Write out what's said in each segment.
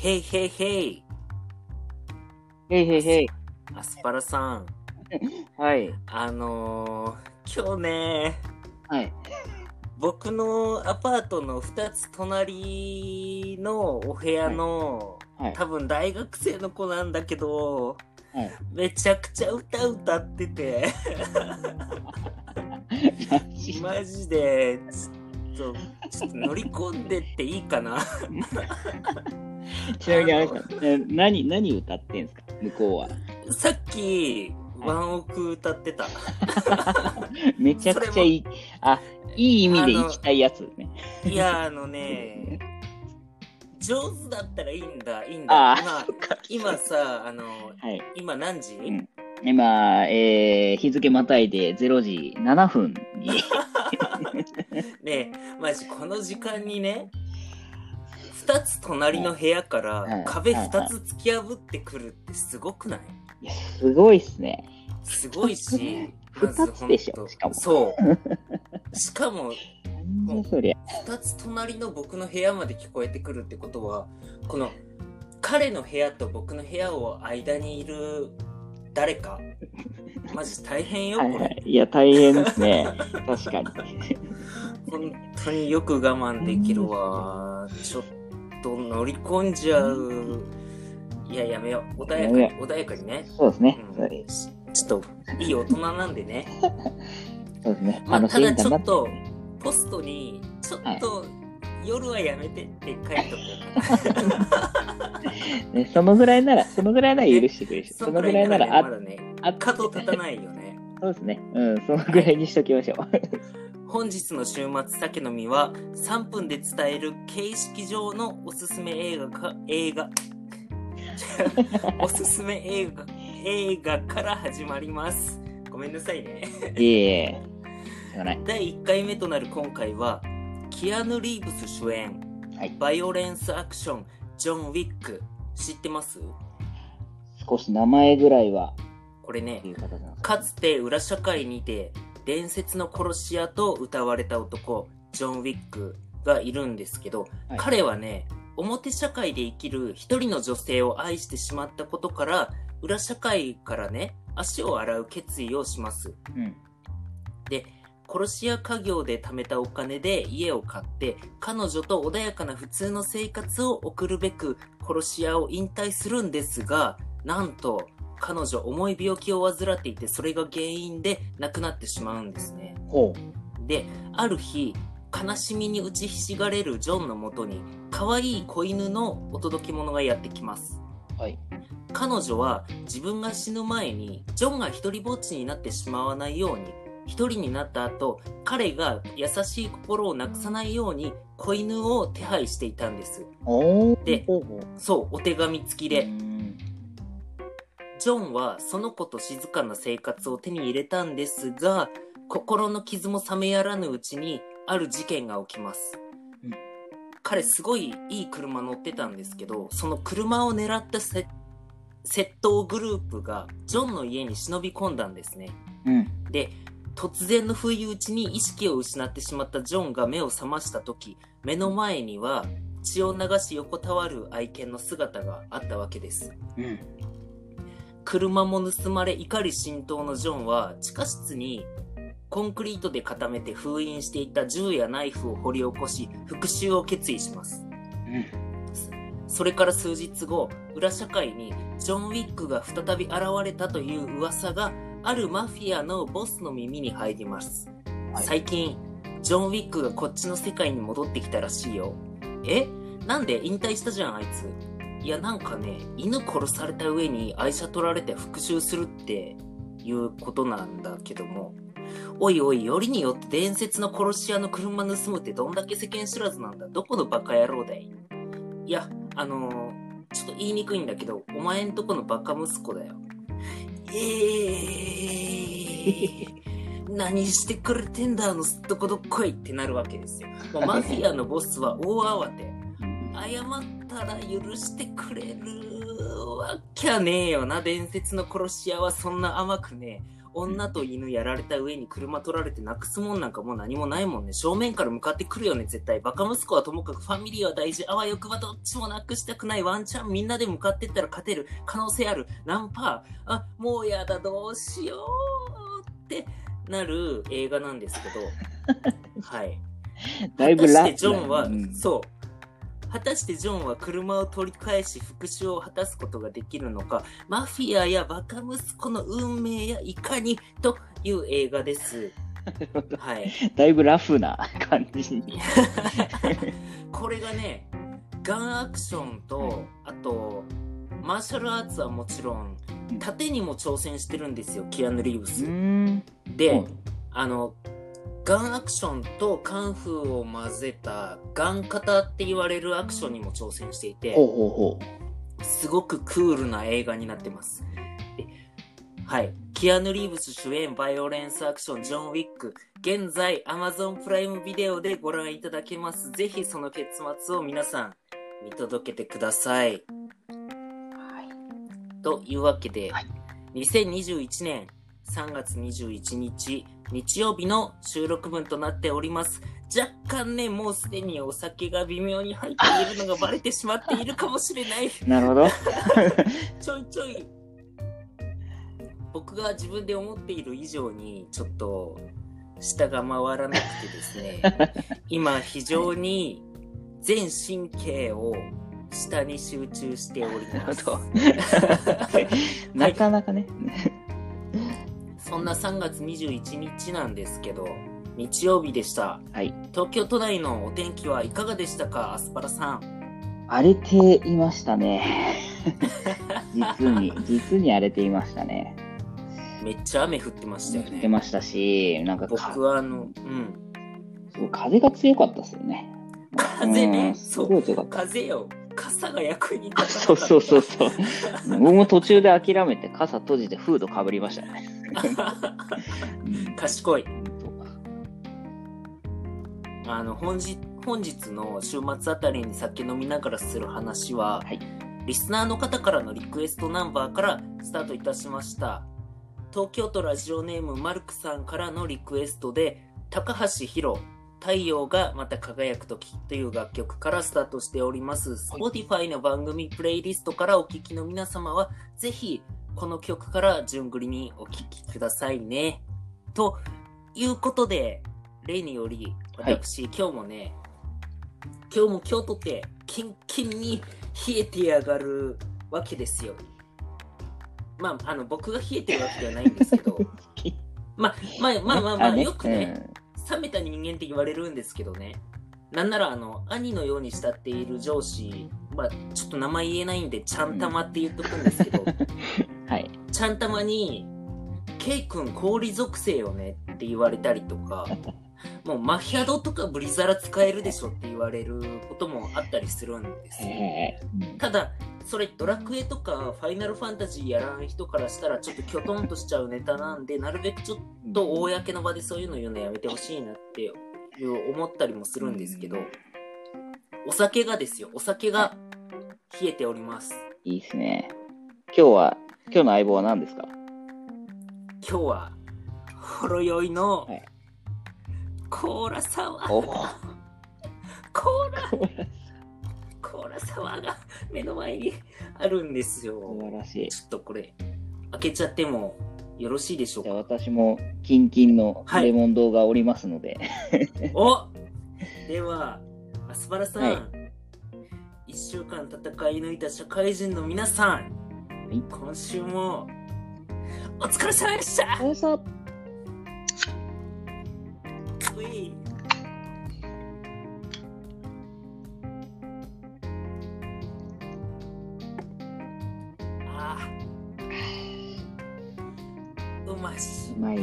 ヘイヘイヘイ。 へいへいへい。 アスパラさん。 はい。 今日ね、 はい。 僕のアパートの2つ隣のお部屋はい。 の、 はい。 多分大学生の子なんだけど、 はい。 めちゃくちゃ歌ってて、 マジマジで、ちょっと乗り込んでっていいかな。 ちなみにあれあの、 ですか、何歌ってんすか向こうは。 さっき、 はい。 ワンオク歌ってた。 めちゃそれも、 くちゃいい、いい意味で行きあの、 たいやつですね。 いや、上手だったらいいんだ。今、 そっか。 今さ、 はい。 今何時？ うん。今、日付またいで0時7分に。 ねえ、マジこの時間にね、二つ隣の部屋からはい。 壁はい。はい。 二つ突き破ってくるってすごくない？ いや、すごいっすね。 すごいし、ま二ずつでしょ、 ほんと、 しかも。 そう。しかも、 なんもう、 じゃそりゃ。 二つ隣の僕の部屋まで聞こえてくるってことは、この、彼の部屋と僕の部屋を間にいる誰か、マジ大変よ、これ。 はいはい。いや、大変ですね。確かに。 本当によく我慢できるわ。ちょっと乗り込んじゃう。いや、やめよう。穏やかにね。 そうですね。 うん。ちょっと、いい大人なんでね。 そうですね。 まあ、ただちょっと、 黙ってね。 ポストに、ちょっはい。 と、夜はやめてって書いとこう。 ね、そのぐらいなら許ね。 してくれるでしょ。 そんそのぐくらいならね、 らいならまだね、 あって。 角立たないよね。 そうですね。うん、そのぐはい。 らいにしときましょう。 本日の週末酒飲みは3分で伝える形式上のおすすめおすすめ映画から始まります。ごめんなさいね。 いえいえ、しょうがない。 第1回目となる今回は、キアヌ・リーブス主演、 はい。 バイオレンスアクション、ジョン・ウィック。知ってます？ 少し名前ぐらいは、 これね、 っていう形なんですか。 かつて裏社会にて伝説の殺し屋と謳われた男、ジョン・ウィックがいるんですけど、 はい。 彼はね、表社会で生きる一人の女性を愛してしまったことから、裏社会からね、足を洗う決意をします。 うん。 で、殺し屋家業で貯めたお金で家を買って、彼女と穏やかな普通の生活を送るべく殺し屋を引退するんですが、なんと彼女重い病気を患っていて、それが原因で亡くなってしまうんですね。 ほで、ある日、悲しみに打ちひしがれるジョンのもとに可愛い子犬のお届け物がやってきます。 う。はい。 彼女は自分が死ぬ前にジョンが一人ぼっちになってしまわないように、一人になった後、彼が優しい心をなくさないように子犬を手配していたんです。 おー、 で、 ほうほう。 そう、お手紙付きで、 ん。 ジョンはその子と静かな生活を手に入れたんですが、心の傷も冷めやらぬうちにある事件が起きます。 うん。 彼すごいいい車乗ってたんですけど、その車を狙った窃盗グループがジョンの家に忍び込んだんですね。 うん。 で、突然の不意打ちに意識を失ってしまったジョンが目を覚ました時、目の前には血を流し横たわる愛犬の姿があったわけです。 うん。 車も盗まれ怒り心頭のジョンは地下室にコンクリートで固めて封印していた銃やナイフを掘り起こし復讐を決意します。 うん。 それから数日後、裏社会にジョン・ウィックが再び現れたという噂があるマフィアのボスの耳に入ります。 はい。 最近、ジョン・ウィックがこっちの世界に戻ってきたらしいよ。え？なんで引退したじゃんあいつ。いやなんかね、犬殺された上に愛車取られて復讐するっていうことなんだけども。おいおい、よりによって伝説の殺し屋の車盗むってどんだけ世間知らずなんだ。どこのバカ野郎だい。いや、ちょっと言いにくいんだけど、お前んとこのバカ息子だよ。何してくれてんだすっとこどっこいってなるわけですよ。もうマフィアのボスは大慌て。謝ったら許してくれるわきゃねえよな。伝説の殺し屋はそんな甘くねえ。 女と犬やられた上に車取られてなくすもんなんかもう何もないもんね。正面から向かってくるよね、絶対。バカ息子はともかくファミリーは大事。あわよくばどっちもなくしたくない。ワンチャンみんなで向かってったら勝てる可能性ある。何パー？あ、もうやだ、どうしようってなる映画なんですけど。はい。 だいぶ果たしてジョンは、 うん、 そう。果たしてジョンは車を取り返し復讐を果たすことができるのか、マフィアやバカ息子の運命やいかにという映画です。はい。 だいぶラフな感じに。 これがね、ガンアクションと、あと、マーシャルアーツはもちろん、盾にも挑戦してるんですよ、キアヌ・リーブス。で、ガンアクションとカンフーを混ぜたガンカタって言われるアクションにも挑戦していて、すごくクールな映画になってます。はい。キアヌ・リーブス主演バイオレンスアクションジョン・ウィック。現在 Amazon プライムビデオでご覧いただけます。ぜひその結末を皆さん見届けてください。はい。というわけで、2021年3月21日日曜日の収録分となっております。若干ね、もうすでにお酒が微妙に入っているのがバレてしまっているかもしれない。 なるほど。 ちょいちょい僕が自分で思っている以上にちょっと舌が回らなくてですね、今非常に全神経を舌に集中しております。 なかなかね。 そんな3月21日なんですけど、日曜日でした。 はい。 東京都内のお天気はいかがでしたか、アスパラさん。 荒れていましたね。実に荒れていましたね。 めっちゃ雨降ってましたよね。 降ってましたし、なんか僕はすごい風が強かったですよね。 風ね、 そう、 風よ。傘が役に立たなかった。 そう。僕も途中で諦めて傘閉じてフードかぶりましたね。 賢い。本日の週末あたりに酒飲みながらする話は、リスナーの方からのリクエストナンバーからスタートいたしました。東京都ラジオネームマルクさんからのリクエストで、高橋宏太陽がまた輝く時という楽曲からスタートしております。Spotify の番組プレイリストからお聴きの皆様はぜひこの曲から順繰りにお聴きくださいね。ということで、例により私、今日もとってキンキンに冷えてやがるわけですよ。まあ、僕が冷えてるわけではないんですけどまあよくね、冷めた人間って言われるんですけどね。なんなら兄のように慕っている上司、ちょっと名前言えないんでちゃんたまって言っとくんですけど、ちゃんたまにケイ君氷属性よねって言われたりとか、もうマヒャドとかブリザラ使えるでしょって言われることもあったりするんですよ。ただそれドラクエとかファイナルファンタジーやらん人からしたらちょっとキョトンとしちゃうネタなんで、なるべくちょっと公の場でそういうの言うのやめてほしいなって思ったりもするんですけど、お酒が冷えております。 いいですね。今日の相棒は何ですか？ 今日はほろ酔いのコーラサワー。コーラサワーが目の前にあるんですよ。 素晴らしい。 ちょっとこれ開けちゃってもよろしいでしょうか？ じゃあ私もキンキンのレモン動画おりますので、 ではアスパラさん、1週間戦い抜いた社会人の皆さん、今週もお疲れ様でした。 うまい。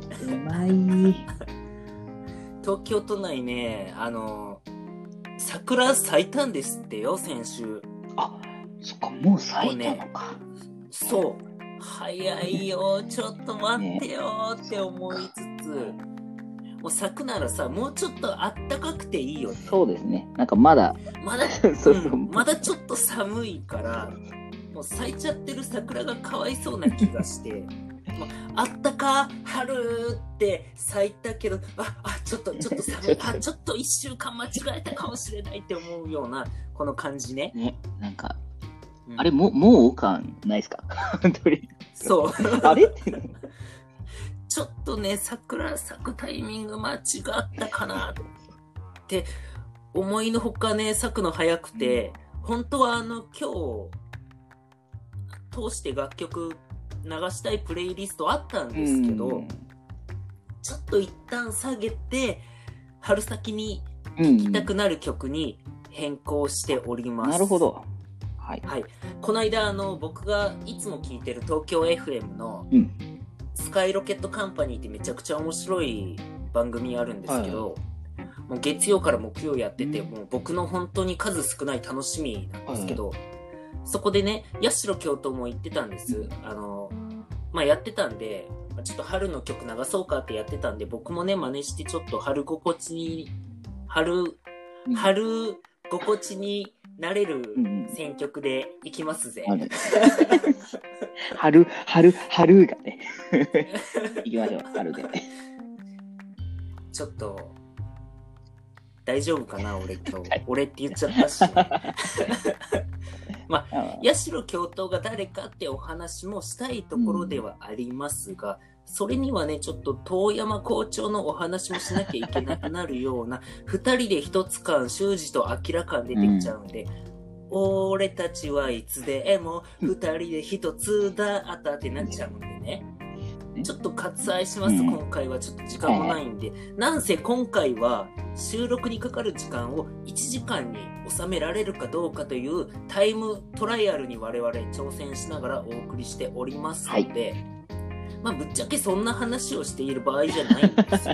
東京都内ね、桜咲いたんですってよ、先週。 そっか、もう咲いたのか。 そう。早いよ、ちょっと待ってよって思いつつ、もう咲くならさ、もうちょっとあったかくていいよね。 そうですね。なんかまだまだちょっと寒いから、もう咲いちゃってる桜がかわいそうな気がして。 あったか春って咲いたけど、ちょっと寒い、ちょっと1週間間違えたかもしれないって思うようなこの感じね。 なんか、 うんあれもう感ないですか？ そうあれってちょっとね、桜咲くタイミング間違ったかなって思いのほかね、咲くの早くて、本当は今日通して楽曲流したいプレイリストあったんですけど、ちょっと一旦下げて春先に聴きたくなる曲に変更しております。 なるほど。はい。 この間僕がいつも聴いてる東京 FM のスカイロケットカンパニーってめちゃくちゃ面白い番組あるんですけど、もう月曜から木曜やってて、もう僕の本当に数少ない楽しみなんですけど、そこでね、八代教頭も言ってたんです。やってたんで、ちょっと春の曲流そうかってやってたんで、僕もね、真似してちょっと春心地になれる選曲でいきますぜ。 春がね。いきましょう、春で。 ちょっと、大丈夫かな俺今日。俺って言っちゃったし。八代教頭が誰かってお話もしたいところではありますが、それにはね、ちょっと遠山校長のお話もしなきゃいけなくなるような、二人で一つ感、修二と明らかに出てきちゃうんで、俺たちはいつでも二人で一つだったってなっちゃうんでね。ちょっと割愛します、今回はちょっと時間もないんで。なんせ今回は収録にかかる時間を1時間に収められるかどうかというタイムトライアルに我々挑戦しながらお送りしておりますので、ぶっちゃけそんな話をしている場合じゃないんですよ。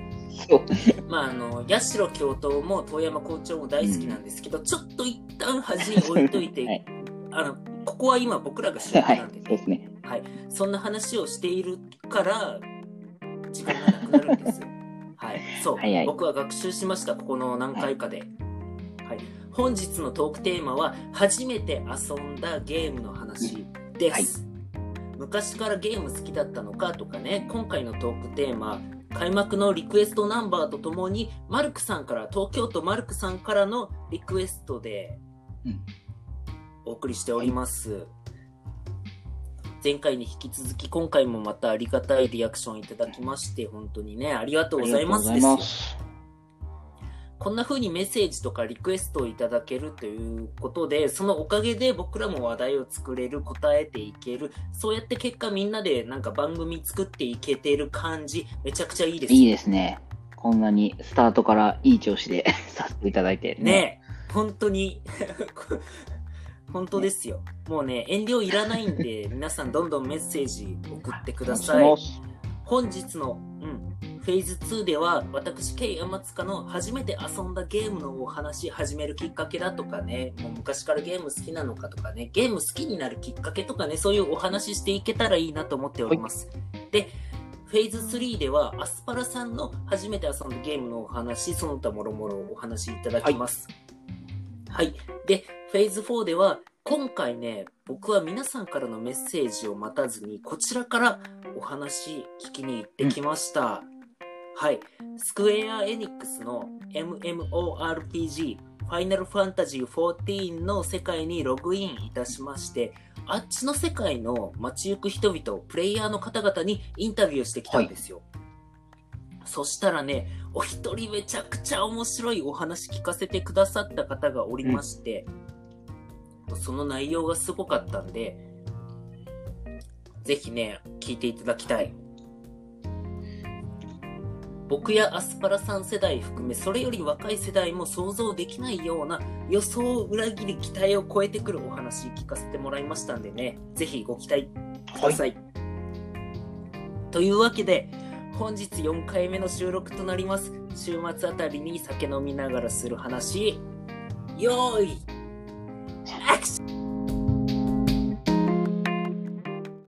八代教頭も遠山校長も大好きなんですけど、ちょっと一旦端に置いといて、ここは今僕らが主役なんでね。そんな話をしているから時間がなくなるんです。僕は学習しました。ここの何回かで。本日のトークテーマは初めて遊んだゲームの話です。昔からゲーム好きだったのかとかね、今回のトークテーマ、開幕のリクエストナンバーとともに東京都マルクさんからのリクエストでお送りしております。前回に引き続き今回もまたありがたいリアクションいただきまして本当にねありがとうございますですよ。こんな風にメッセージとかリクエストをいただけるということで、そのおかげで僕らも話題を作れる、答えていける、そうやって結果みんなでなんか番組作っていけてる感じ、めちゃくちゃいいです。 いいですね。こんなにスタートからいい調子でさせていただいてね。本当に本当ですよ。もうね、遠慮いらないんで、皆さんどんどんメッセージ送ってください。本日の、フェーズ2では、私、K山塚の初めて遊んだゲームのお話、始めるきっかけだとかね、もう昔からゲーム好きなのかとかね、ゲーム好きになるきっかけとかね、そういうお話していけたらいいなと思っております。で、フェーズ3では、アスパラさんの初めて遊んだゲームのお話、その他もろもろお話いただきます。で、フェーズ4では、今回ね、僕は皆さんからのメッセージを待たずに、こちらからお話聞きに行ってきました。スクエア・エニックスの MMORPG ファイナルファンタジー14の世界にログインいたしまして、あっちの世界の街行く人々、プレイヤーの方々にインタビューしてきたんですよ。そしたらね、お一人めちゃくちゃ面白いお話聞かせてくださった方がおりまして、その内容がすごかったんで、ぜひね、聞いていただきたい。僕やアスパラさん世代含め、それより若い世代も想像できないような予想を裏切り期待を超えてくるお話聞かせてもらいましたんでね、ぜひご期待ください。というわけで、本日4回目の収録となります。週末あたりに酒飲みながらする話、よーい、アクション。